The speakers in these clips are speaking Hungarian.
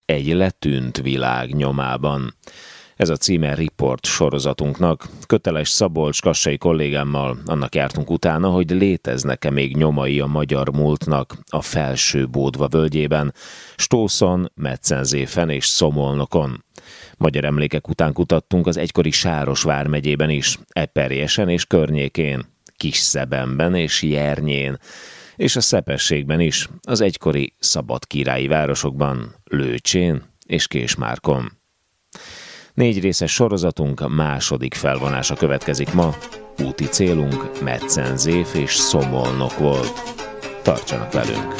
egy letűnt világ nyomában. Ez a címe Report sorozatunknak. Köteles Szabolcs-kassai kollégámmal annak jártunk utána, hogy léteznek-e még nyomai a magyar múltnak a Felső Bódva völgyében, Stószon, Metszenzéfen és Szomolnokon. Magyar emlékek után kutattunk az egykori Sáros vármegyében is, Eperjesen és környékén, Kisszebenben és Jernyén, és a Szepességben is, az egykori szabadkirályi városokban, Lőcsén és Késmárkon. 4 részes sorozatunk második felvonása következik ma. Úti célunk Metszenzéf és Szomolnok volt. Tartsanak velünk!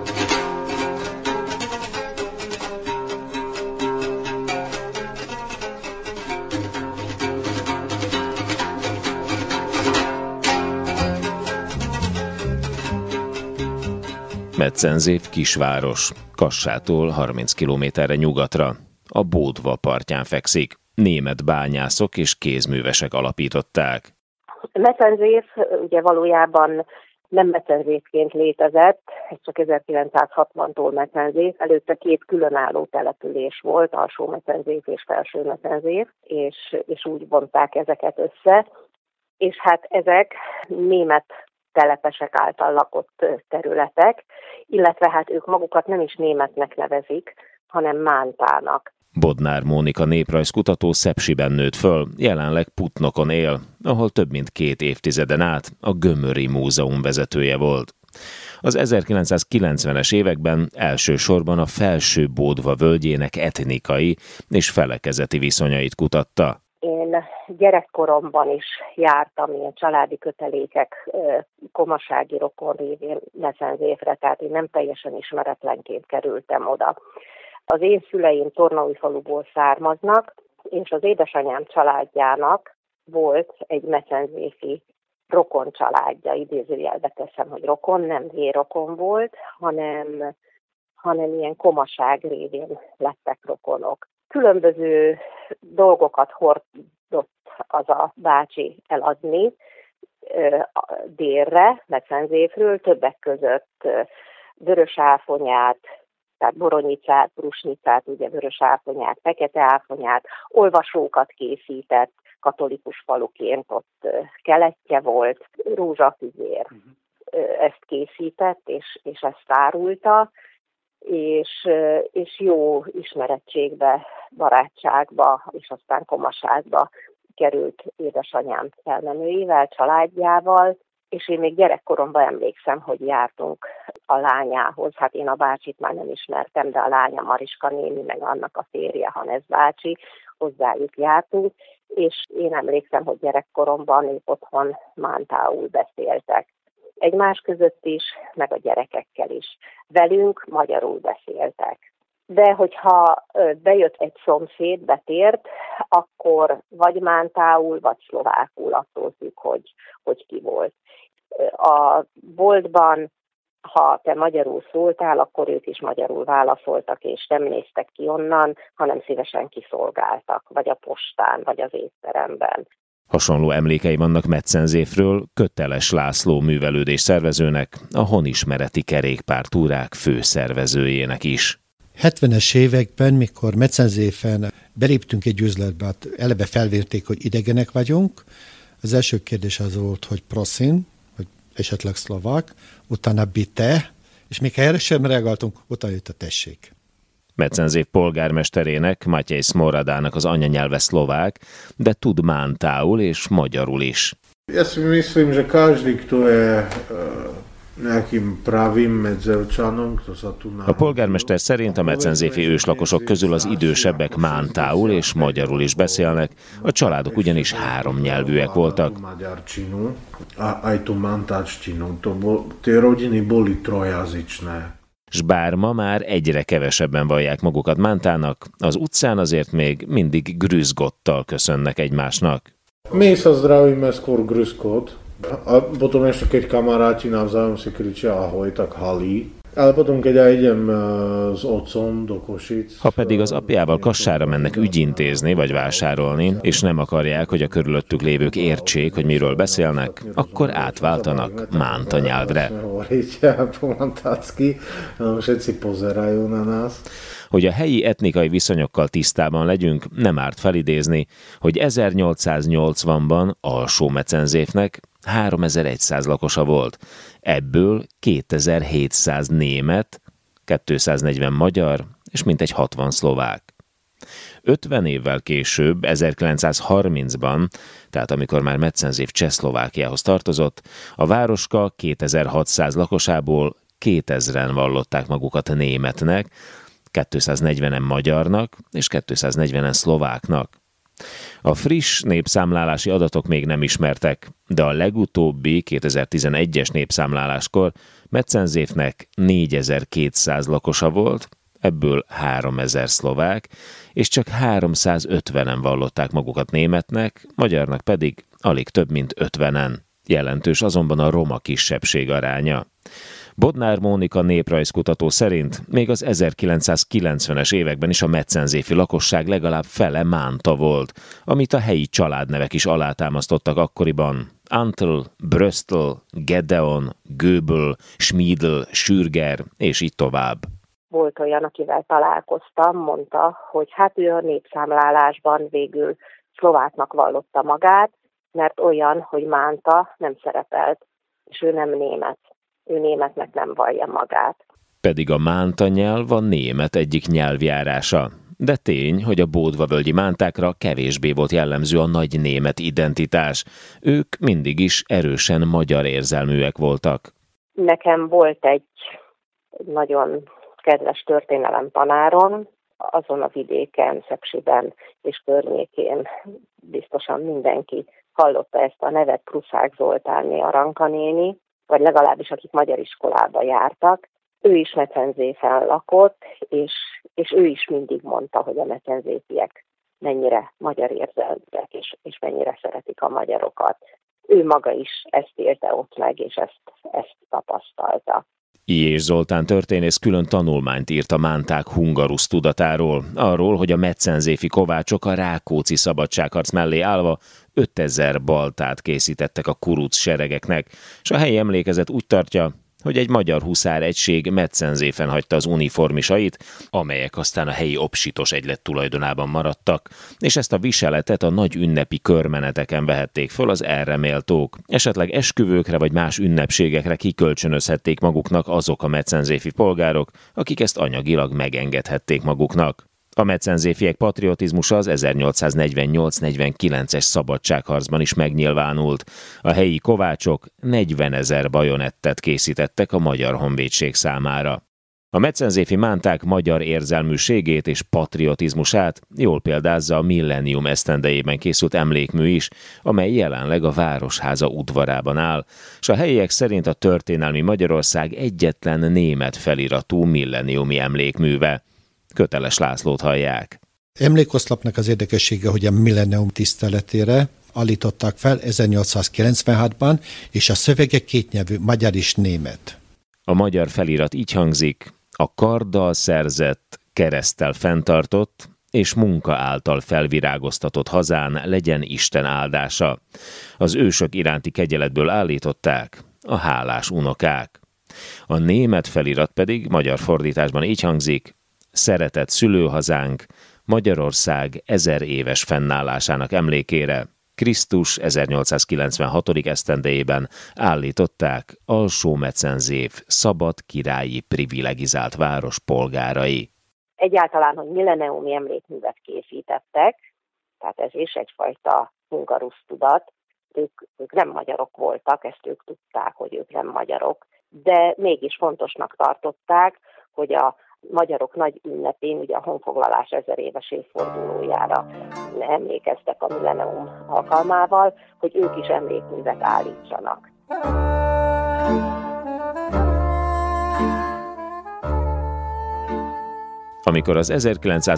Metszenzéf kisváros, Kassától 30 kilométerre nyugatra. A Bódva partján fekszik. Német bányászok és kézművesek alapították. Metszenzéf ugye valójában nem Metszenzéfként létezett, ez csak 1960-tól Metszenzéf. Előtte 2 különálló település volt, Alsó Metszenzéf és Felső Metszenzéf, és úgy vonták ezeket össze. És hát ezek német telepesek által lakott területek, illetve hát ők magukat nem is németnek nevezik, hanem mántának. Bodnár Mónika néprajzkutató Szepsiben nőtt föl, jelenleg Putnokon él, ahol több mint 2 évtizeden át a Gömöri Múzeum vezetője volt. Az 1990-es években elsősorban a Felső Bódva völgyének etnikai és felekezeti viszonyait kutatta. Én gyerekkoromban is jártam ilyen családi kötelékek komasági rokon révén Metszenzéfre, tehát én nem teljesen ismeretlenként kerültem oda. Az én szüleim Tornaújfaluból származnak, és az édesanyám családjának volt egy metszenzéfi rokon családja, idézőjelbe teszem, hogy rokon, nem vérrokon volt, hanem ilyen komaság révén lettek rokonok. Különböző dolgokat hordott az a bácsi eladni délre, Metszenzéfről, többek között vörös áfonyát, tehát boronyicát, brusnyicát, ugye vörös áfonyát, fekete áfonyát, olvasókat készített, katolikus faluként ott keletje volt, rózsafüzér ezt készített, és ezt árulta, és jó ismerettségbe, barátságba, és aztán komaságba került édesanyám felmenőivel, családjával, és én még gyerekkoromban emlékszem, hogy jártunk a lányához. Hát én a bácsit már nem ismertem, de a lánya Mariska néni, meg annak a férje, Hanesz bácsi, hozzájuk jártunk, és én emlékszem, hogy gyerekkoromban ők otthon mántául beszéltek. Egymás között is, meg a gyerekekkel is. Velünk magyarul beszéltek. De hogyha bejött egy szomszéd, betért, akkor vagy mántául, vagy szlovákul, attól függ, hogy ki volt. A boltban, ha te magyarul szóltál, akkor ők is magyarul válaszoltak, és nem néztek ki onnan, hanem szívesen kiszolgáltak, vagy a postán, vagy az étteremben. Hasonló emlékei vannak Metszenzéfről Köteles László művelődés szervezőnek, a honismereti kerékpártúrák főszervezőjének is. 70-es években, mikor Metszenzéfen beléptünk egy üzletbe, hát eleve felvérték, hogy idegenek vagyunk. Az első kérdés az volt, hogy proszin, hogy esetleg szlovák, utána bite, és még erre sem reagáltunk, utána jött a tessék. Metszenzéf polgármesterének, Matyej Smoradának az anyanyelve szlovák, de tud mántául és magyarul is. Ja si myslím, že každý, kto je nejakým pravým Medzevčanom, kto sa tu A polgármester szerint a metszenzéfi őslakosok közül az idősebbek mántául és magyarul is beszélnek, a családok ugyanis 3 nyelvűek voltak. Aj tú mantáčtinu, tie rodiny boli trojazyčné. S bár ma már egyre kevesebben vallják magukat mántának, az utcán azért még mindig grüzgottal köszönnek egymásnak. My sa zdravíme skôr grüzgot, a potom ešte keď kamaráti navzájom si kričia ahoj, tak halí. Ale potom, keď ja idem s otcom do Košic... Ha pedig az apjával Kassára mennek ügyintézni vagy vásárolni, és nem akarják, hogy a körülöttük lévők értsék, hogy miről beszélnek, akkor átváltanak mánta nyelvre. Hogy a helyi etnikai viszonyokkal tisztában legyünk, nem árt felidézni, hogy 1880-ban Alsó-Mecenzéfnek 3100 lakosa volt. Ebből 2700 német, 240 magyar és mintegy 60 szlovák. 50 évvel később, 1930-ban, tehát amikor már Mecenzéf Csehszlovákiához tartozott, a városka 2600 lakosából 2000-en vallották magukat németnek, 240-en magyarnak és 240-en szlováknak. A friss népszámlálási adatok még nem ismertek, de a legutóbbi 2011-es népszámláláskor Mecenzéfnek 4200 lakosa volt, ebből 3000 szlovák, és csak 350-en vallották magukat németnek, magyarnak pedig alig több mint 50-en. Jelentős azonban a roma kisebbség aránya. Bodnár Mónika néprajzkutató szerint még az 1990-es években is a mecenzéfi lakosság legalább fele mánta volt, amit a helyi családnevek is alátámasztottak akkoriban. Antl, Bröstl, Gedeon, Göbel, Schmiedl, Sürger, és így tovább. Volt olyan, akivel találkoztam, mondta, hogy hát ő a népszámlálásban végül szlováknak vallotta magát, mert olyan, hogy mánta nem szerepelt, és ő nem német. Ő németnek nem vallja magát. Pedig a mánta nyelv a német egyik nyelvjárása. De tény, hogy a bódvavölgyi mántákra kevésbé volt jellemző a nagy német identitás. Ők mindig is erősen magyar érzelműek voltak. Nekem volt egy nagyon kedves történelemtanárom, azon a vidéken, Szepsiben és környékén biztosan mindenki hallotta ezt a nevet, Pruszák Zoltánné, a Ranka néni, vagy legalábbis akik magyar iskolába jártak. Ő is Mecenzéfen lakott, és ő is mindig mondta, hogy a mecenzéfiek mennyire magyar érzelműek, és mennyire szeretik a magyarokat. Ő maga is ezt élte ott meg, és ezt tapasztalta. Illyés Zoltán történész külön tanulmányt írt a mánták hungarusz tudatáról, arról, hogy a mecenzéfi kovácsok a Rákóczi szabadságharc mellé állva 5000 baltát készítettek a kuruc seregeknek, és a helyi emlékezet úgy tartja, hogy egy magyar huszár egység Mecenzéfen hagyta az uniformisait, amelyek aztán a helyi obsitos egylet tulajdonában maradtak, és ezt a viseletet a nagy ünnepi körmeneteken vehették föl az erre méltók. Esetleg esküvőkre vagy más ünnepségekre kikölcsönözhették maguknak azok a mecenzéfi polgárok, akik ezt anyagilag megengedhették maguknak. A mecenzéfiek patriotizmusa az 1848-49-es szabadságharcban is megnyilvánult. A helyi kovácsok 40 000 bajonettet készítettek a Magyar Honvédség számára. A mecenzéfi mánták magyar érzelműségét és patriotizmusát jól példázza a millennium esztendejében készült emlékmű is, amely jelenleg a Városháza udvarában áll, és a helyiek szerint a történelmi Magyarország egyetlen német feliratú millenniumi emlékműve. Köteles Lászlót hallják. Emlékoszlapnak az érdekessége, hogy a millennium tiszteletére állították fel 1896-ban, és a szövege kétnyelvű, magyar és német. A magyar felirat így hangzik: a karddal szerzett, kereszttel fenntartott és munka által felvirágoztatott hazán legyen Isten áldása. Az ősök iránti kegyeletből állították, a hálás unokák. A német felirat pedig magyar fordításban így hangzik: szeretett szülőhazánk, Magyarország 1000 éves fennállásának emlékére Krisztus 1896. esztendejében állították Alsó-Mecenzéf szabad királyi privilegizált város polgárai. Egyáltalán, hogy milleniumi emlékművet készítettek, tehát ez is egyfajta hungarusz tudat, ők nem magyarok voltak, ezt ők tudták, hogy ők nem magyarok, de mégis fontosnak tartották, hogy a magyarok nagy ünnepén, ugye a honfoglalás 1000 éves évfordulójára emlékeztek a millenium alkalmával, hogy ők is emlékművet állítsanak. Amikor az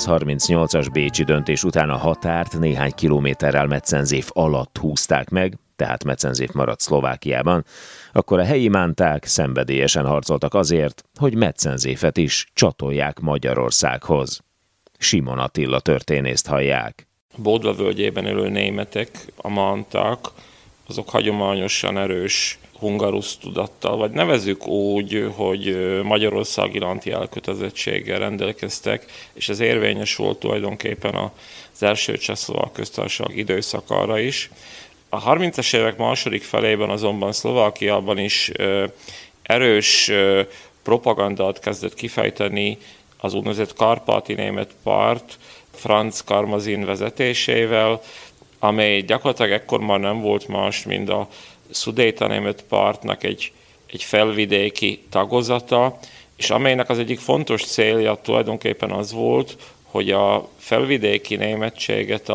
1938-as bécsi döntés után a határt néhány kilométerrel Mecenzéf alatt húzták meg, tehát Metszenzéf maradt Szlovákiában, akkor a helyi mánták szenvedélyesen harcoltak azért, hogy Metszenzéfet is csatolják Magyarországhoz. Simon Attila történészt hallják. Bodva völgyében élő németek, a mánták, azok hagyományosan erős hungarusz tudattal, vagy nevezzük úgy, hogy Magyarország iránti elkötelezettséggel rendelkeztek, és ez érvényes volt tulajdonképpen az első csehszlovák köztársaság időszakára is. A 30-es évek második felében azonban Szlovákiában is erős propagandát kezdett kifejteni az úgynevezett kárpáti német párt Franz Karmazin vezetésével, amely gyakorlatilag ekkor már nem volt más, mint a Szudéta német pártnak egy felvidéki tagozata, és amelynek az egyik fontos célja tulajdonképpen az volt, hogy a felvidéki németséget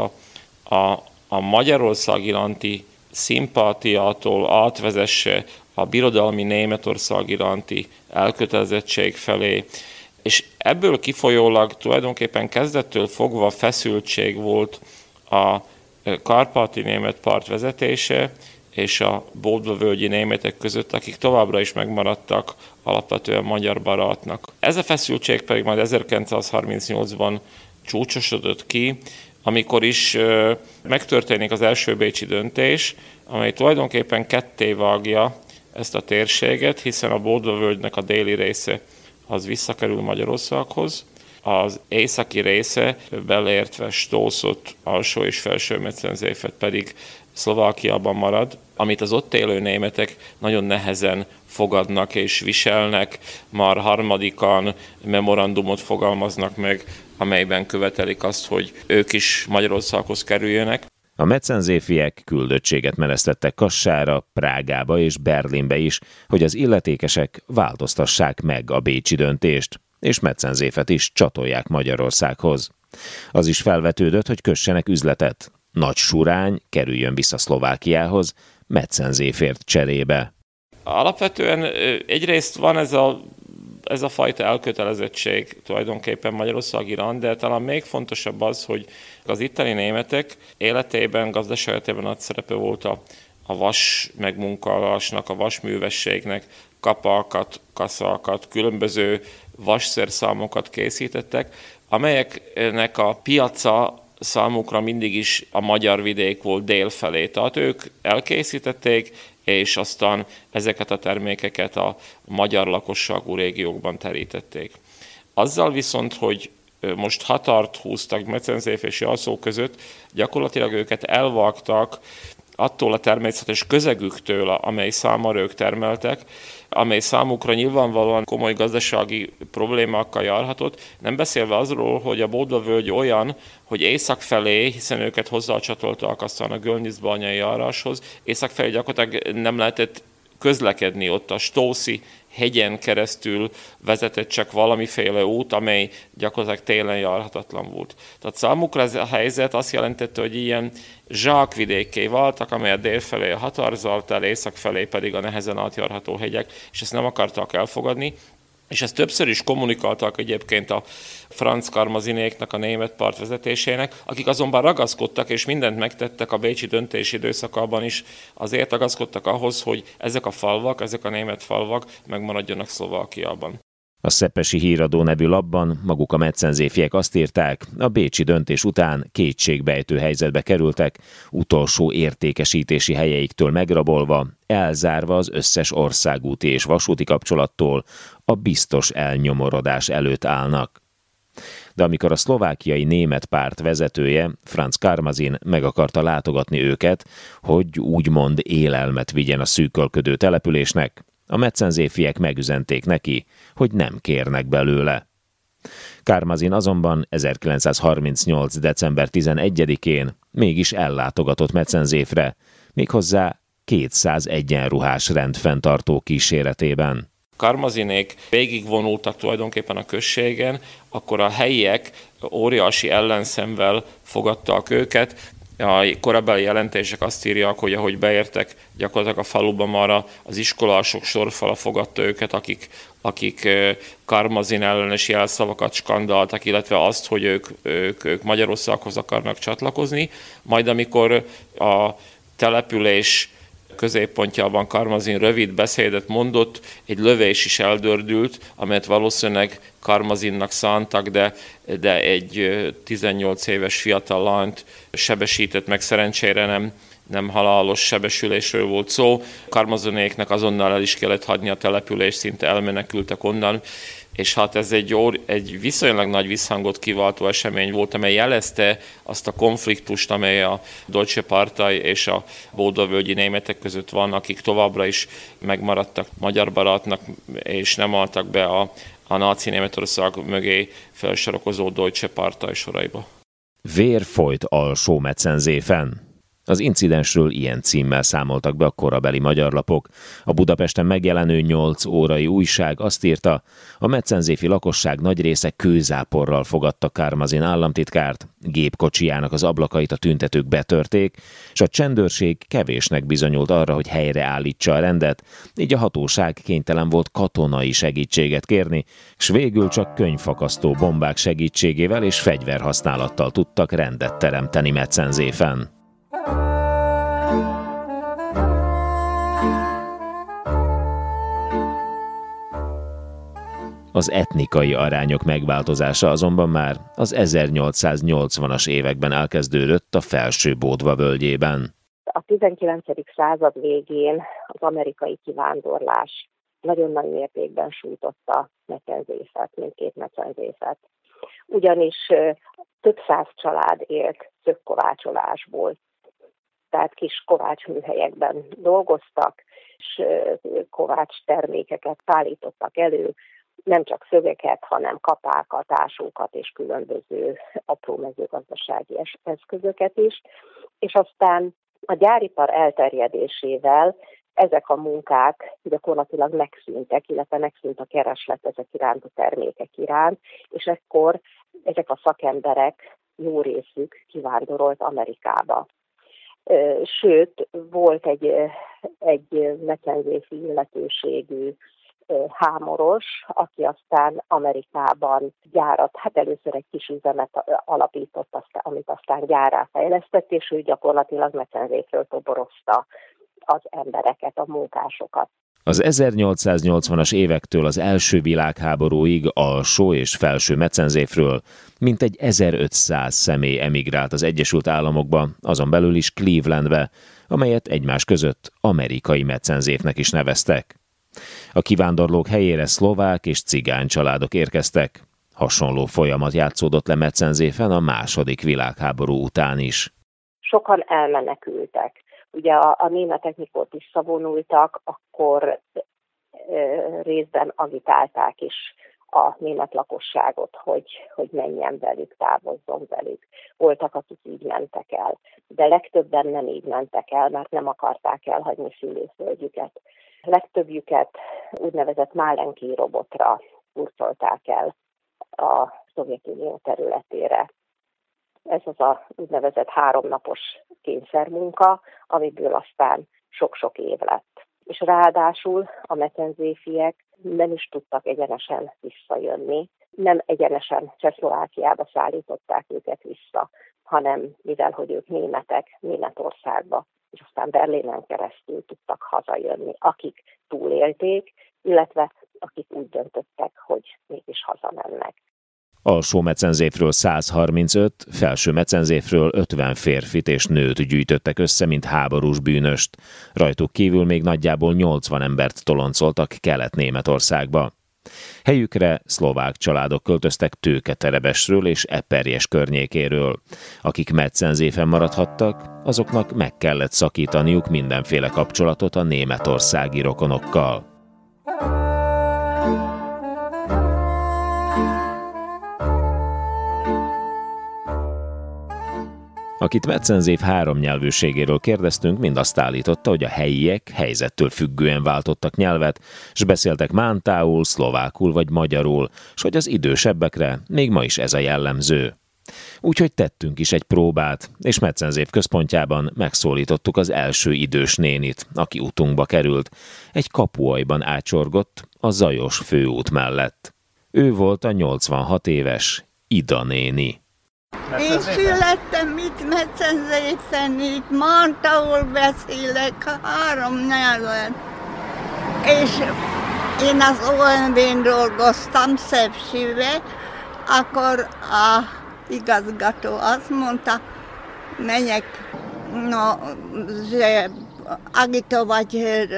a Magyarország iránti szimpátiától átvezesse a birodalmi Németország iránti elkötelezettség felé. És ebből kifolyólag tulajdonképpen kezdettől fogva feszültség volt a kárpáti német párt vezetése és a bodva-völgyi németek között, akik továbbra is megmaradtak alapvetően magyar barátnak. Ez a feszültség pedig majd 1938-ban csúcsosodott ki, amikor is megtörténik az első bécsi döntés, amely tulajdonképpen ketté vágja ezt a térséget, hiszen a Bodva-völgynek a déli része az visszakerül Magyarországhoz, az északi része, beleértve Stószot, Alsó és Felső Metszenzéfet pedig Szlovákiában marad, amit az ott élő németek nagyon nehezen fogadnak és viselnek, már harmadikán memorandumot fogalmaznak meg, amelyben követelik azt, hogy ők is Magyarországhoz kerüljenek. A metszenzéfiek küldöttséget menesztettek Kassára, Prágába és Berlinbe is, hogy az illetékesek változtassák meg a bécsi döntést, és Metszenzéfet is csatolják Magyarországhoz. Az is felvetődött, hogy kössenek üzletet. Nagy Surány kerüljön vissza Szlovákiához Metszenzéfért cserébe. Alapvetően egyrészt van ez a fajta elkötelezettség tulajdonképpen Magyarország iránt, de talán még fontosabb az, hogy az itteni németek életében, gazdaságában nagy szerepe volt a vas megmunkálásnak, a vasművességnek, kapákat, kaszákat, különböző vasszerszámokat készítettek, amelyeknek a piaca számukra mindig is a magyar vidék volt délfelé. Tehát ők elkészítették, és aztán ezeket a termékeket a magyar lakosságú régiókban terítették. Azzal viszont, hogy most határt húztak Metszenzéf és Jelszó között, gyakorlatilag őket elvágtak attól a természetes közegüktől, amely számára ők termeltek, amely számukra nyilvánvalóan komoly gazdasági problémákkal járhatott, nem beszélve azról, hogy a Bodva-völgy olyan, hogy észak felé, hiszen őket hozzácsatolták aztán a Gölnyisz-bányai járáshoz, észak felé gyakorlatilag nem lehetett közlekedni, ott a Stószi hegyen keresztül vezetett csak valamiféle út, amely gyakorlatilag télen járhatatlan volt. Tehát számukra ez a helyzet azt jelentette, hogy ilyen zsákvidékké váltak, amelyet délfelé határozott el, észak felé pedig a nehezen átjárható hegyek, és ezt nem akarták elfogadni. És ezt többször is kommunikáltak egyébként a Franz Karmazinéknak, a német párt vezetésének, akik azonban ragaszkodtak, és mindent megtettek a bécsi döntés időszakában is, azért ragaszkodtak ahhoz, hogy ezek a falvak, ezek a német falvak megmaradjanak Szlovákiában. A Szepesi Híradó nevű lapban maguk a metszenzéfiek azt írták, a bécsi döntés után kétségbejtő helyzetbe kerültek, utolsó értékesítési helyeiktől megrabolva, elzárva az összes országúti és vasúti kapcsolattól, a biztos elnyomorodás előtt állnak. De amikor a szlovákiai német párt vezetője, Franz Karmazin meg akarta látogatni őket, hogy úgymond élelmet vigyen a szűkölködő településnek, a metszenzéfiek megüzenték neki, hogy nem kérnek belőle. Karmazin azonban 1938. december 11-én mégis ellátogatott Metszenzéfre, méghozzá 200 egyenruhás rendfenntartó kíséretében. Karmazinék végigvonultak tulajdonképpen a községen, akkor a helyiek óriási ellenszemvel fogadtak őket. A korabeli jelentések azt írják, hogy ahogy beértek, gyakorlatilag a faluban már az iskolások sorfala fogadta őket, akik Karmazin ellenes jelszavakat skandáltak, illetve azt, hogy ők Magyarországhoz akarnak csatlakozni. Majd amikor a település középpontjában Karmazin rövid beszédet mondott, egy lövés is eldördült, amelyet valószínűleg Karmazinnak szántak, de egy 18 éves fiatal lányt sebesített meg, szerencsére nem halálos sebesülésről volt szó. Karmazinéknek azonnal el is kellett hagyni a települést, szinte elmenekültek onnan, és hát ez egy viszonylag nagy visszhangot kiváltó esemény volt, amely jelezte azt a konfliktust, amely a Deutsche Partei és a bódavölgyi németek között van, akik továbbra is megmaradtak magyar barátnak, és nem álltak be a náci Németország mögé felsorakozó Deutsche Partei soraiba. Vér folyt Alsó-Metzenséfen. Az incidensről ilyen címmel számoltak be a korabeli magyar lapok. A Budapesten megjelenő 8 órai újság azt írta, a metzenséfi lakosság nagy része kőzáporral fogadta Karmazin államtitkárt, gépkocsijának az ablakait a tüntetők betörték, és a csendőrség kevésnek bizonyult arra, hogy helyreállítsa a rendet, így a hatóság kénytelen volt katonai segítséget kérni, s végül csak könyvfakasztó bombák segítségével és fegyverhasználattal tudtak rendet teremteni Metzenséfen. Az etnikai arányok megváltozása azonban már az 1880-as években elkezdődött a Felső-Bódva völgyében. A 19. század végén az amerikai kivándorlás nagyon nagy mértékben sújtotta Metzenséfet, mindkét Metzenséfet. Ugyanis több száz család élt szögkovácsolásból. Tehát kis kovácsműhelyekben dolgoztak, és kovács termékeket állítottak elő, nem csak szögeket, hanem kapákat, ásókat és különböző apró mezőgazdasági eszközöket is. És aztán a gyáripar elterjedésével ezek a munkák gyakorlatilag megszűntek, illetve megszűnt a kereslet ezek iránt, a termékek iránt, és ekkor ezek a szakemberek jó részük kivándorolt Amerikába. Sőt, volt egy metzenséfi illetőségű hámoros, aki aztán Amerikában gyárat, először egy kis üzemet alapított, amit aztán gyárrá fejlesztett, és ő gyakorlatilag Metzenséfről toborozta az embereket, a munkásokat. Az 1880-as évektől az első világháborúig Alsó és Felső Metzenséfről mintegy 1500 személy emigrált az Egyesült Államokba, azon belül is Clevelandbe, amelyet egymás között amerikai Metzenséfnek is neveztek. A kivándorlók helyére szlovák és cigány családok érkeztek. Hasonló folyamat játszódott le Metzenséfen a második világháború után is. Sokan elmenekültek. Ugye a németek mikor visszavonultak, akkor részben agitálták is a német lakosságot, hogy menjen velük, távozzon velük. Voltak, akik így mentek el, de legtöbben nem így mentek el, mert nem akarták elhagyni szülőföldjüket. Legtöbbjüket úgynevezett Málenki robotra hurcolták el a Szovjetunió területére. Ez az a úgynevezett 3 napos kényszermunka, amiből aztán sok-sok év lett. És ráadásul a metzenséfiek nem is tudtak egyenesen visszajönni. Nem egyenesen Csehszlovákiába szállították őket vissza, hanem mivel, hogy ők németek, Németországba, és aztán Berlinen keresztül tudtak hazajönni, akik túlélték, illetve akik úgy döntöttek, hogy mégis hazamennek. Alsó Metzenséfről 135, Felső Metzenséfről 50 férfit és nőt gyűjtöttek össze, mint háborús bűnöst. Rajtuk kívül még nagyjából 80 embert toloncoltak Kelet-Németországba. Helyükre szlovák családok költöztek Tőketerebesről és Eperjes környékéről. Akik Metzenséfen maradhattak, azoknak meg kellett szakítaniuk mindenféle kapcsolatot a németországi rokonokkal. Akit Metzenséf 3 nyelvűségéről kérdeztünk, mind azt állította, hogy a helyiek helyzettől függően váltottak nyelvet, s beszéltek mántául, szlovákul vagy magyarul, s hogy az idősebbekre még ma is ez a jellemző. Úgyhogy tettünk is egy próbát, és Metzenséf központjában megszólítottuk az első idős nénit, aki utunkba került. Egy kapuajban ácsorgott a Zajos főút mellett. Ő volt a 86 éves Ida néni. Én születtem itt Metszenzéfen, itt Mantaul beszélek 3 nyelven. És én az OMV-n dolgoztam Szepsibe, akkor a igazgató azt mondta, menjek že agitovať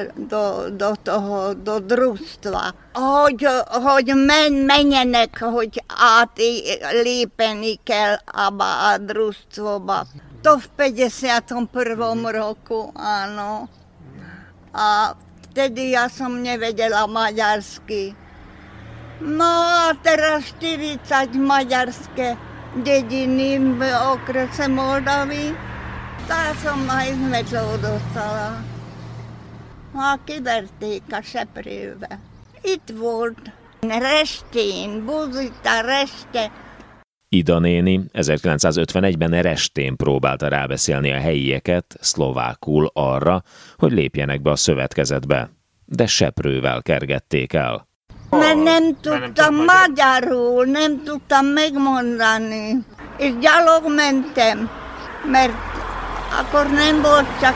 do družstva. Hogy menjenek, hogy átlépeni kell abba a družstvoba. To v 51. roku, áno. A vtedy ja som nevedela maďarsky. No a teraz 40 maďarské dediny v okrese Moldavy. Tá som aj z metlou dostala. A kiverték a seprőbe. Itt volt Restén, Buzita, Reste. Ida néni 1951-ben Restén próbálta rábeszélni a helyieket szlovákul arra, hogy lépjenek be a szövetkezetbe, de seprővel kergették el. Mert nem tudtam magyarul, nem tudtam megmondani. És gyalog mentem, mert akkor nem volt csak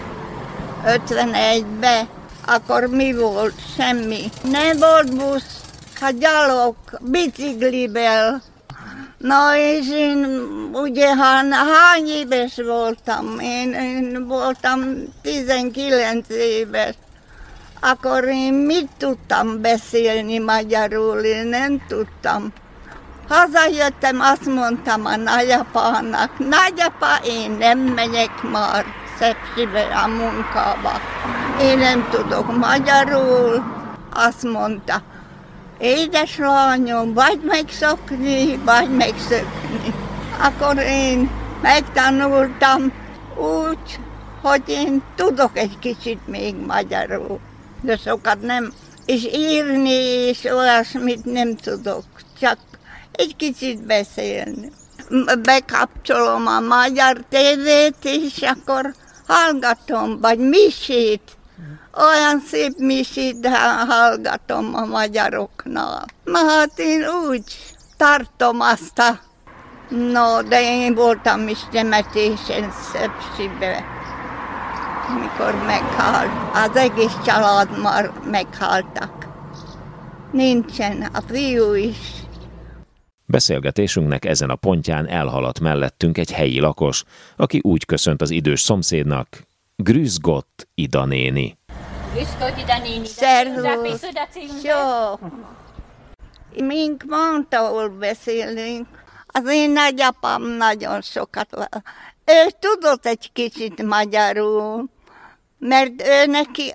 51-ben, akkor mi volt? Semmi. Nem volt busz, hát gyalog, biciklivel. Na és én ugye hány éves voltam? Én voltam 19 éves. Akkor én mit tudtam beszélni magyarul? Én nem tudtam. Hazajöttem, azt mondtam a nagyapának, nagyapa, én nem megyek már Szepsibe a munkába. Én nem tudok magyarul. Azt mondta, édeslányom, vagy megszokni, vagy megszökni. Akkor én megtanultam úgy, hogy én tudok egy kicsit még magyarul, de sokat nem. És írni és olyasmit nem tudok, csak egy kicsit beszélni. Bekapcsolom a magyar tévét, és akkor hallgatom, vagy misét. Olyan szép misét hallgatom a magyaroknál. Hát én úgy tartom azt a... No, de én voltam is temetésen Szepsibe, mikor meghalt. Az egész család már meghaltak. Nincsen, a fiú is. Beszélgetésünknek ezen a pontján elhaladt mellettünk egy helyi lakos, aki úgy köszönt az idős szomszédnak, Grüß Gott, Ida néni. Grüß Gott, Ida néni. Szervusz. Jó. Mink Mantaul beszélünk. Az én nagyapám nagyon sokat. Ő tudott egy kicsit magyarul, mert ő neki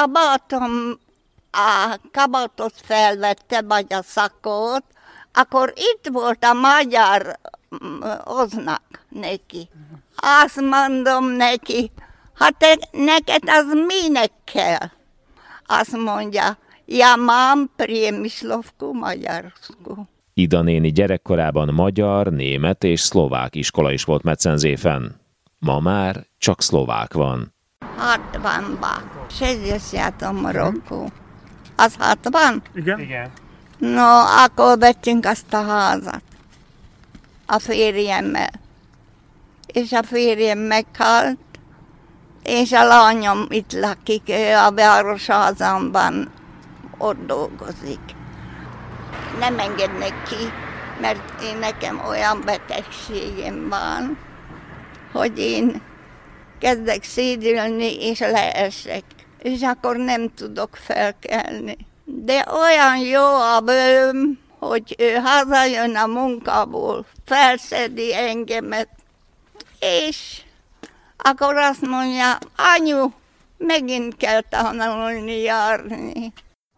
a kabátot felvette, vagy a szakot, akkor itt volt a magyar oznak neki. Azt mondom neki, hát neked az minek kell? Azt mondja, ja mám priemyslovku magyarsku. Ida néni gyerekkorában magyar, német és szlovák iskola is volt Metszenzéfen. Ma már csak szlovák van. 60-ban, 60 roku. Az 60? Igen. No, akkor vettünk azt a házat a férjemmel. És a férjem meghalt, és a lányom itt lakik, ő a városházamban ott dolgozik. Nem engednek ki, mert én nekem olyan betegségem van, hogy én kezdek szédülni és leesek, és akkor nem tudok felkelni. De olyan jó a bőm, hogy ő hazajön a munkából, felszedi engemet, és akkor azt mondja, anyu, megint kell tanulni járni.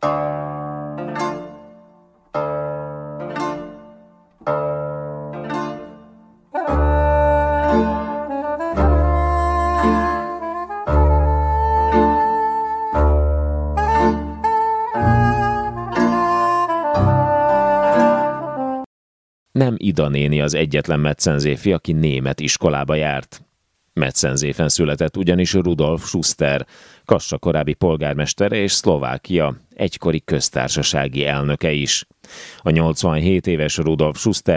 Nem Ida néni az egyetlen metszenzéfi, aki német iskolába járt. Metszenzéfen született ugyanis Rudolf Schuster, Kassa korábbi polgármestere és Szlovákia egykori köztársasági elnöke is. A 87 éves Rudolf Schustert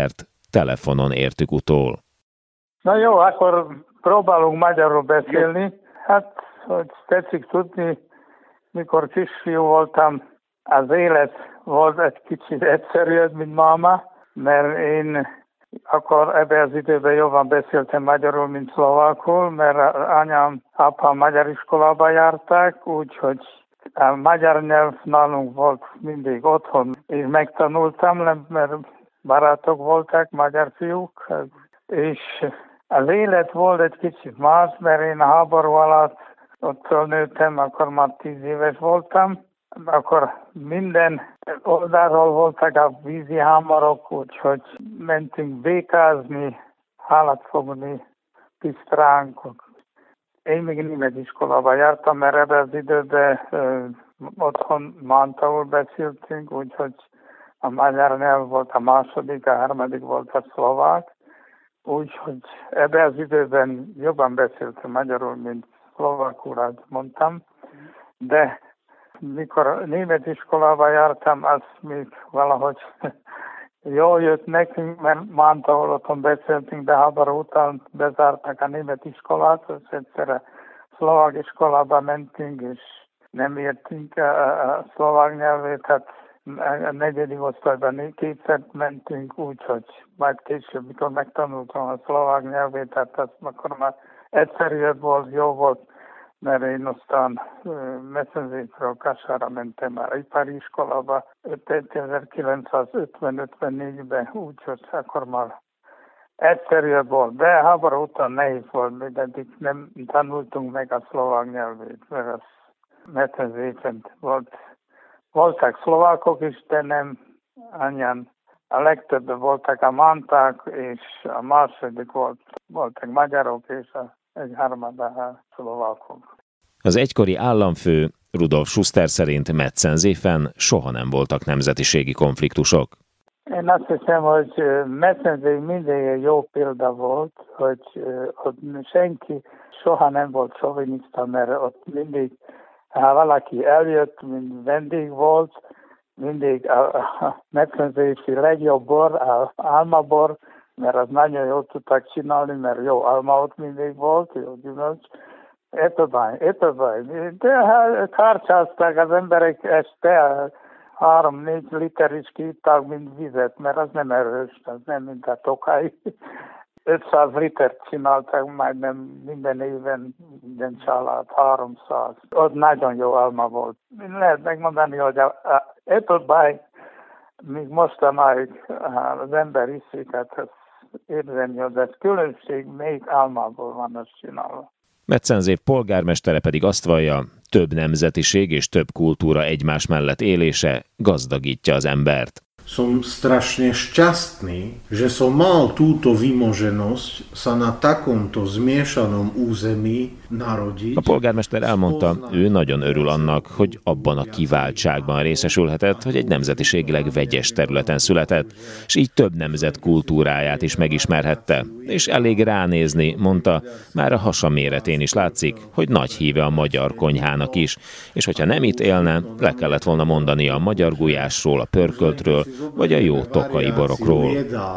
telefonon értük utól. Na jó, akkor próbálunk magyarul beszélni. Hát, hogy tetszik tudni, mikor kisfiú voltam, az élet volt egy kicsit egyszerűbb, mint máma, mert én akkor ebben az időben jobban beszéltem magyarul, mint szlovákul, mert anyám, apám magyar iskolába járták, úgyhogy a magyar nyelv nálunk volt mindig otthon. Én megtanultam, mert barátok voltak, magyar fiúk, és az élet volt egy kicsit más, mert én a háború alatt ott nőttem, akkor már 10 éves voltam, akkor minden oldalról voltak a vízi hámarok, úgyhogy mentünk békázni, halat fogni, pisztránkok. Én még német iskolába jártam, mert ebben az időben otthon mántaul beszéltünk, úgyhogy a magyar nyelv volt a második, a harmadik volt a szlovák. Úgyhogy ebben az időben jobban beszéltem magyarul, mint szlovákul, ahogy mondtam. De mikor német iskolába jártam, az még valahogy jól jött nekünk, mert Mántahol otthon beszéltünk, de háború után bezárták a német iskolát, és egyszerre szlovák iskolába mentünk, és nem értünk a szlovák nyelvét, hát a negyedik osztályban kétszer mentünk, úgyhogy majd később, mikor megtanultam a szlovák nyelvét, hát az akkor már egyszerűbb volt, jó volt, mert én aztán Metszenszékről Kasára mentem már ipari iskolába 1950-54-ben, úgyhogy akkor már egyszerűbb volt, de háború után nehéz volt, még eddig nem tanultunk meg a szlovák nyelvét, mert az Metszenszéken voltak szlovákok is, de nem annyian. A legtöbben voltak a mánták, és a második voltak magyarok, és egy harmada a szlovákok. Az egykori államfő Rudolf Schuster szerint Metszenzéfen soha nem voltak nemzetiségi konfliktusok. Én azt hiszem, hogy Metszenzék mindig jó példa volt, hogy ott senki soha nem volt sovinista, mert ott mindig, ha valaki eljött, mint vendég volt, mindig a Metszenzéki legjobb bor, az álmabor, mert az nagyon jól tudtak csinálni, mert jó alma ott mindig volt, jó gyümölcs. Étebány. De kártyázták az emberek este 3-4 liter is kiitták, mint vizet, mert az nem erős, az nem mint a Tokaj. 500 litert csináltak majdnem minden éven, minden család, 300. Ott nagyon jó alma volt. Lehet megmondani, hogy a Étebány még mostanáig az ember iszik, hát ez érzeni, hogy ez különbség még almából van azt csinálva. Metszenzév polgármestere pedig azt vallja, több nemzetiség és több kultúra egymás mellett élése gazdagítja az embert. Som strašne šťastný, že som mal túto vymoženosť sa na takomto zmiešanom území narodiť. A polgármester elmondta, ő nagyon örül annak, hogy abban a kiváltságban részesülhetett, hogy egy nemzetiségileg vegyes területen született, és így több nemzet kultúráját is megismerhette. És elég ránézni, mondta, már a hasa méretén is látszik, hogy nagy híve a magyar konyhának is, és hogyha nem itt élne, le kellett volna mondania a magyar gulyásról, a pörköltről, vagy a jó tokai borokról.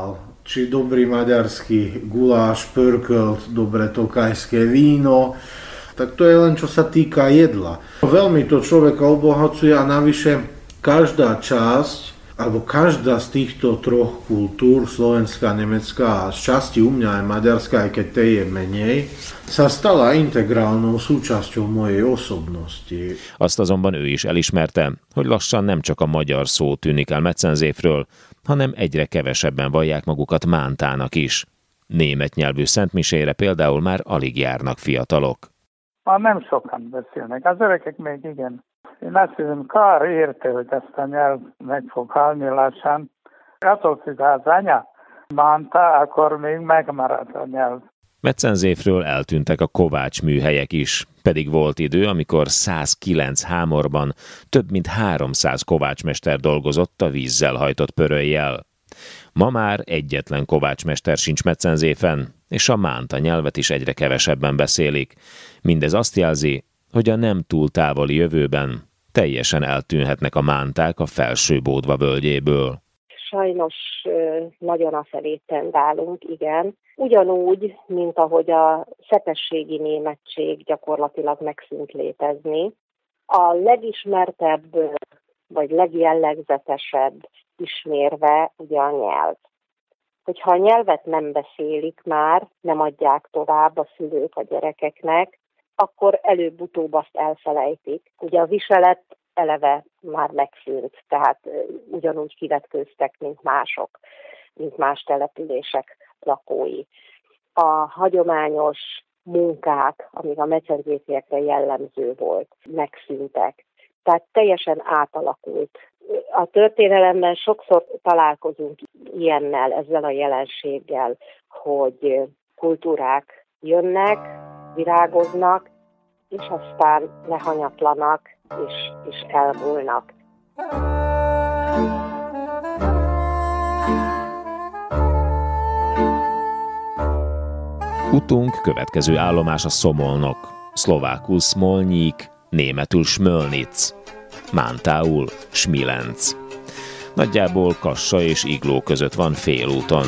Či dobrý maďarský guláš, pörkölt, dobré tokajské víno. Tak to je len čo sa týka jedla. Veľmi to človeka obohacuje a navyše každá časť, alebo každá z týchto troch kultúr, slovenská, nemecká a z časti u mňa aj maďarská, aj keď tej je menej, sa stala integrálnou súčasťou mojej osobnosti. Azt azonban ő is elismerte, hogy lassan nem csak a magyar szó tűnik el Metszenzéfről, hanem egyre kevesebben vallják magukat mántának is. Német nyelvű szentmisére például már alig járnak fiatalok. Már nem sokan beszélnek, az öregek még igen. Én azt hiszem, kár érte, hogy ezt a nyelv meg fog halni lassan. Attól függ, ha az anya mánta, akkor még megmarad a nyelv. Metszenzéfről eltűntek a kovács műhelyek is, pedig volt idő, amikor 109 hámorban több mint 300 kovácsmester dolgozott a vízzel hajtott pöröllyel. Ma már egyetlen kovácsmester sincs Metszenzéfen, és a mánta nyelvet is egyre kevesebben beszélik. Mindez azt jelzi, hogy a nem túl távoli jövőben teljesen eltűnhetnek a mánták a Felső-Bódva völgyéből. sajnos nagyon afelé tendálunk, igen. Ugyanúgy, mint ahogy a szepességi németség gyakorlatilag megszűnt létezni. A legismertebb, vagy legjellegzetesebb ismérve ugye a nyelv. Hogyha a nyelvet nem beszélik már, nem adják tovább a szülők a gyerekeknek, akkor előbb-utóbb azt elfelejtik. Ugye a viselet eleve már megszűnt, tehát ugyanúgy kivetkőztek, mint mások, mint más települések lakói. A hagyományos munkák, amik a metszendétiekre jellemző volt, megszűntek. Tehát teljesen átalakult. A történelemben sokszor találkozunk ilyennel, ezzel a jelenséggel, hogy kultúrák jönnek, virágoznak, és aztán lehanyatlanak, és elmúlnak. Utunk következő állomás a Szomolnok, szlovákul Smolnyik, németül Smölnic, mántául Smilenc. Nagyjából Kassa és Igló között van félúton.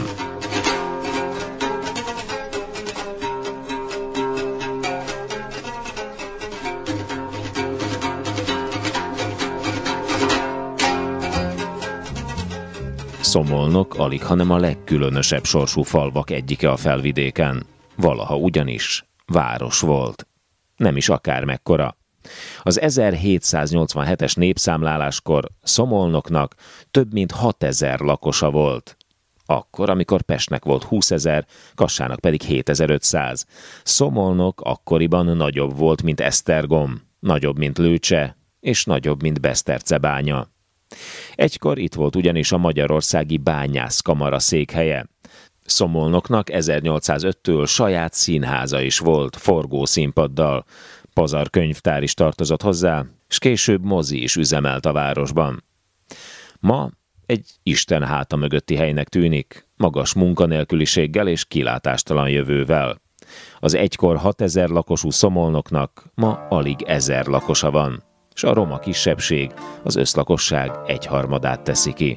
Szomolnok alighanem a legkülönösebb sorsú falvak egyike a felvidéken. Valaha ugyanis város volt. Nem is akármekkora. Az 1787-es népszámláláskor Szomolnoknak több mint 6000 lakosa volt. Akkor, amikor Pestnek volt 20 000, Kassának pedig 7500. Szomolnok akkoriban nagyobb volt, mint Esztergom, nagyobb, mint Lőcse, és nagyobb, mint Besztercebánya. Egykor itt volt ugyanis a Magyarországi Bányászkamara székhelye. Szomolnoknak 1805-től saját színháza is volt, forgószínpaddal, pazarkönyvtár is tartozott hozzá, s később mozi is üzemelt a városban. Ma egy Isten háta mögötti helynek tűnik, magas munkanélküliséggel és kilátástalan jövővel. Az egykor 6000 lakosú Szomolnoknak ma alig 1000 lakosa van, s a roma kisebbség az összlakosság 1/3 teszi ki.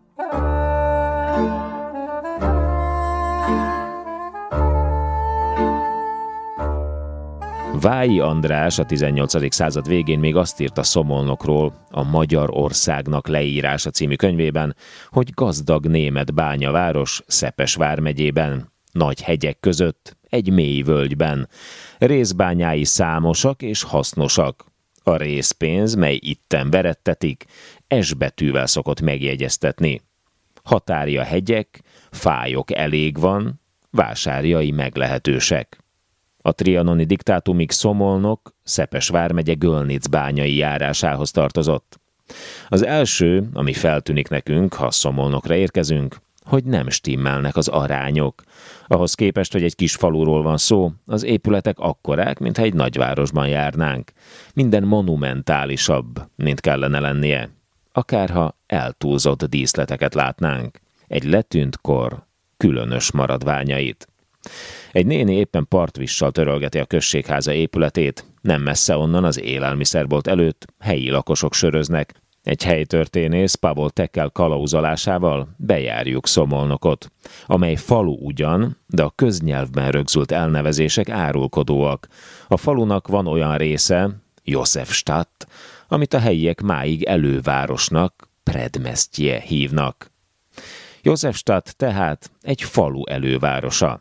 Vályi András a 18. század végén még azt írta Szomolnokról a Magyar Országnak leírása című könyvében, hogy gazdag német bányaváros Szepes vármegyében, nagy hegyek között, egy mély völgyben. Részbányái számosak és hasznosak. A részpénz, mely itten verettetik, S betűvel szokott megjegyeztetni. Határja hegyek, fályok elég van, vásárjai meglehetősek. A trianoni diktátumig Szomolnok, Szepes vármegye Gölnic bányai járásához tartozott. Az első, ami feltűnik nekünk, ha Szomolnokra érkezünk, hogy nem stimmelnek az arányok. Ahhoz képest, hogy egy kis faluról van szó, az épületek akkorák, mintha egy nagyvárosban járnánk. Minden monumentálisabb, mint kellene lennie. Akárha eltúlzott díszleteket látnánk. Egy letűnt kor különös maradványait. Egy néni éppen partvissal törölgeti a községháza épületét, nem messze onnan az élelmiszerbolt előtt helyi lakosok söröznek. Egy helytörténész Pavol Tekkel kalauzolásával bejárjuk Szomolnokot, amely falu ugyan, de a köznyelvben rögzült elnevezések árulkodóak. A falunak van olyan része, Józsefstadt, amit a helyiek máig elővárosnak, Predmestje hívnak. Józsefstadt tehát egy falu elővárosa.